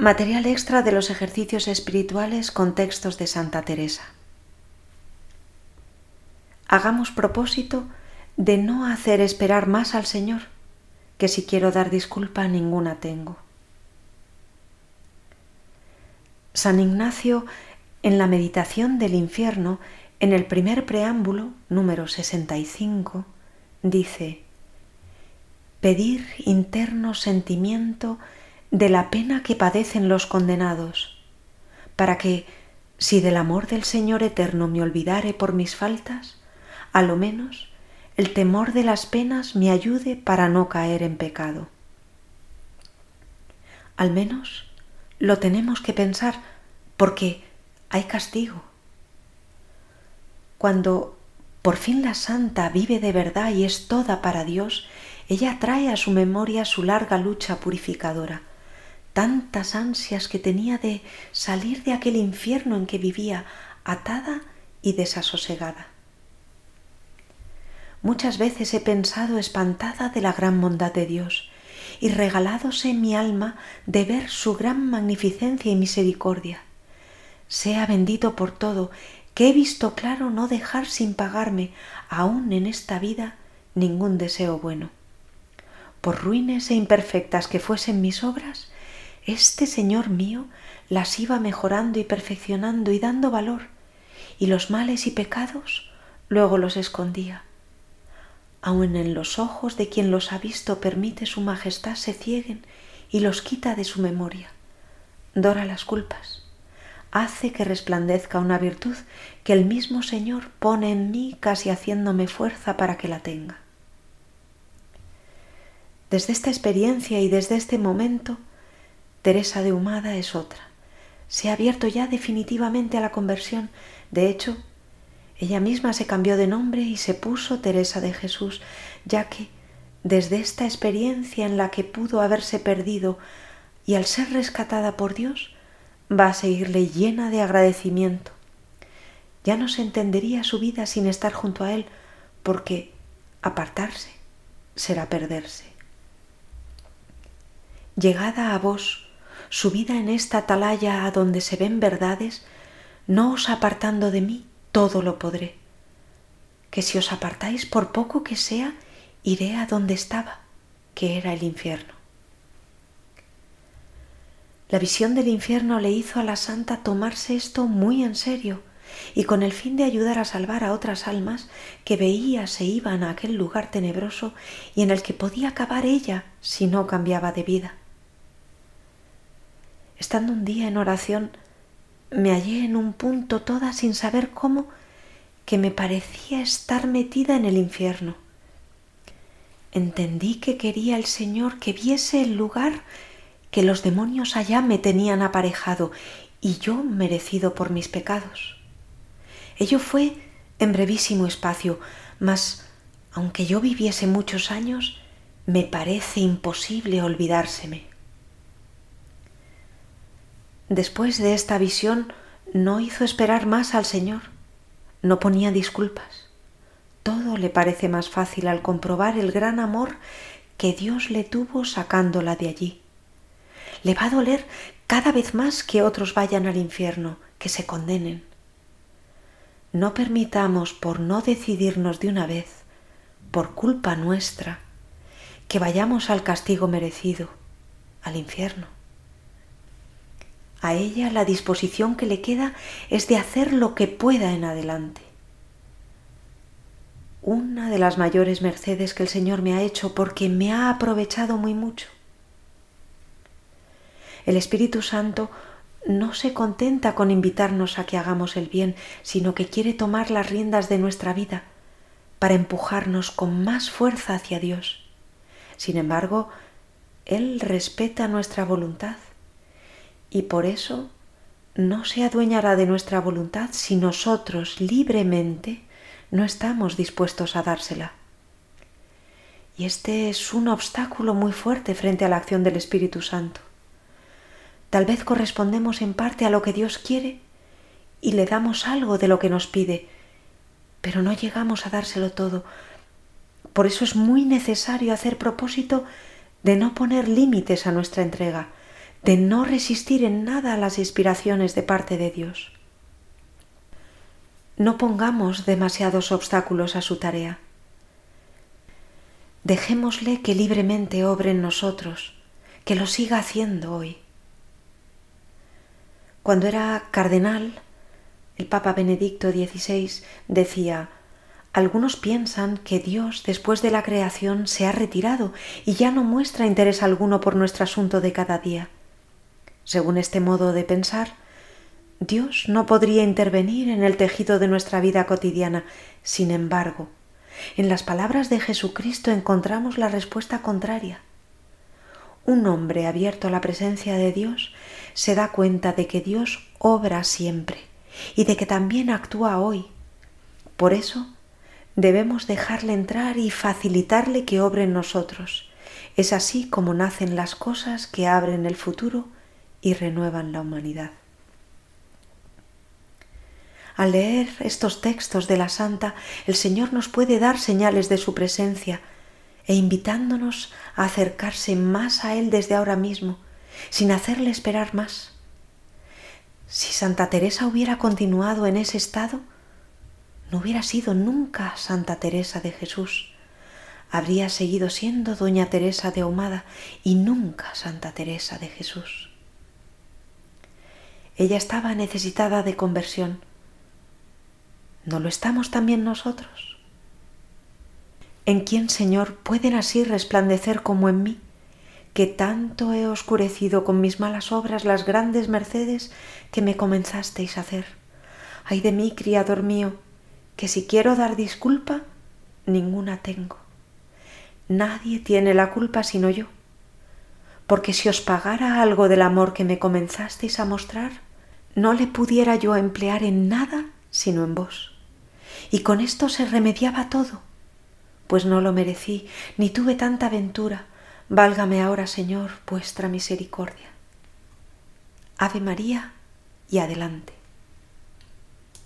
Material extra de los ejercicios espirituales con textos de Santa Teresa. Hagamos propósito de no hacer esperar más al Señor, que si quiero dar disculpa ninguna tengo. San Ignacio, en la meditación del infierno, en el primer preámbulo, número 65, dice: pedir interno sentimiento de la pena que padecen los condenados, para que, si del amor del Señor eterno me olvidare por mis faltas, a lo menos el temor de las penas me ayude para no caer en pecado. Al menos lo tenemos que pensar, porque hay castigo. Cuando por fin la santa vive de verdad y es toda para Dios, ella trae a su memoria su larga lucha purificadora, tantas ansias que tenía de salir de aquel infierno en que vivía, atada y desasosegada. Muchas veces he pensado espantada de la gran bondad de Dios y regaládose mi alma de ver su gran magnificencia y misericordia. Sea bendito por todo, que he visto claro no dejar sin pagarme, aún en esta vida, ningún deseo bueno. Por ruines e imperfectas que fuesen mis obras, este Señor mío las iba mejorando y perfeccionando y dando valor, y los males y pecados luego los escondía. Aun en los ojos de quien los ha visto permite su majestad se cieguen y los quita de su memoria. Dora las culpas. Hace que resplandezca una virtud que el mismo Señor pone en mí casi haciéndome fuerza para que la tenga. Desde esta experiencia y desde este momento, Teresa de Humada es otra. Se ha abierto ya definitivamente a la conversión. De hecho, ella misma se cambió de nombre y se puso Teresa de Jesús, ya que desde esta experiencia en la que pudo haberse perdido y al ser rescatada por Dios, va a seguirle llena de agradecimiento. Ya no se entendería su vida sin estar junto a Él, porque apartarse será perderse. Llegada a vos, subida en esta atalaya a donde se ven verdades, no os apartando de mí, todo lo podré. Que si os apartáis por poco que sea, iré a donde estaba, que era el infierno. La visión del infierno le hizo a la santa tomarse esto muy en serio y con el fin de ayudar a salvar a otras almas que veía se iban a aquel lugar tenebroso y en el que podía acabar ella si no cambiaba de vida. Estando un día en oración, me hallé en un punto toda sin saber cómo, que me parecía estar metida en el infierno. Entendí que quería el Señor que viese el lugar que los demonios allá me tenían aparejado y yo merecido por mis pecados. Ello fue en brevísimo espacio, mas aunque yo viviese muchos años, me parece imposible olvidárseme. Después de esta visión no hizo esperar más al Señor, no ponía disculpas. Todo le parece más fácil al comprobar el gran amor que Dios le tuvo sacándola de allí. Le va a doler cada vez más que otros vayan al infierno, que se condenen. No permitamos, por no decidirnos de una vez, por culpa nuestra, que vayamos al castigo merecido, al infierno. A ella la disposición que le queda es de hacer lo que pueda en adelante. Una de las mayores mercedes que el Señor me ha hecho porque me ha aprovechado muy mucho. El Espíritu Santo no se contenta con invitarnos a que hagamos el bien, sino que quiere tomar las riendas de nuestra vida para empujarnos con más fuerza hacia Dios. Sin embargo, Él respeta nuestra voluntad y por eso no se adueñará de nuestra voluntad si nosotros libremente no estamos dispuestos a dársela. Y este es un obstáculo muy fuerte frente a la acción del Espíritu Santo. Tal vez correspondemos en parte a lo que Dios quiere y le damos algo de lo que nos pide, pero no llegamos a dárselo todo. Por eso es muy necesario hacer propósito de no poner límites a nuestra entrega, de no resistir en nada a las inspiraciones de parte de Dios. No pongamos demasiados obstáculos a su tarea. Dejémosle que libremente obre en nosotros, que lo siga haciendo hoy. Cuando era cardenal, el Papa Benedicto XVI decía: algunos piensan que Dios, después de la creación, se ha retirado y ya no muestra interés alguno por nuestro asunto de cada día. Según este modo de pensar, Dios no podría intervenir en el tejido de nuestra vida cotidiana. Sin embargo, en las palabras de Jesucristo encontramos la respuesta contraria. Un hombre abierto a la presencia de Dios se da cuenta de que Dios obra siempre y de que también actúa hoy. Por eso, debemos dejarle entrar y facilitarle que obre en nosotros. Es así como nacen las cosas que abren el futuro y renuevan la humanidad. Al leer estos textos de la Santa, el Señor nos puede dar señales de su presencia e invitándonos a acercarse más a Él desde ahora mismo, sin hacerle esperar más. Si Santa Teresa hubiera continuado en ese estado, no hubiera sido nunca Santa Teresa de Jesús. Habría seguido siendo Doña Teresa de Ahumada y nunca Santa Teresa de Jesús. Ella estaba necesitada de conversión. ¿No lo estamos también nosotros? ¿En quién, Señor, pueden así resplandecer como en mí, que tanto he oscurecido con mis malas obras las grandes mercedes que me comenzasteis a hacer? Ay de mí, Criador mío, que si quiero dar disculpa, ninguna tengo. Nadie tiene la culpa sino yo, porque si os pagara algo del amor que me comenzasteis a mostrar, no le pudiera yo emplear en nada sino en vos. Y con esto se remediaba todo, pues no lo merecí, ni tuve tanta ventura. Válgame ahora, Señor, vuestra misericordia. Ave María y adelante.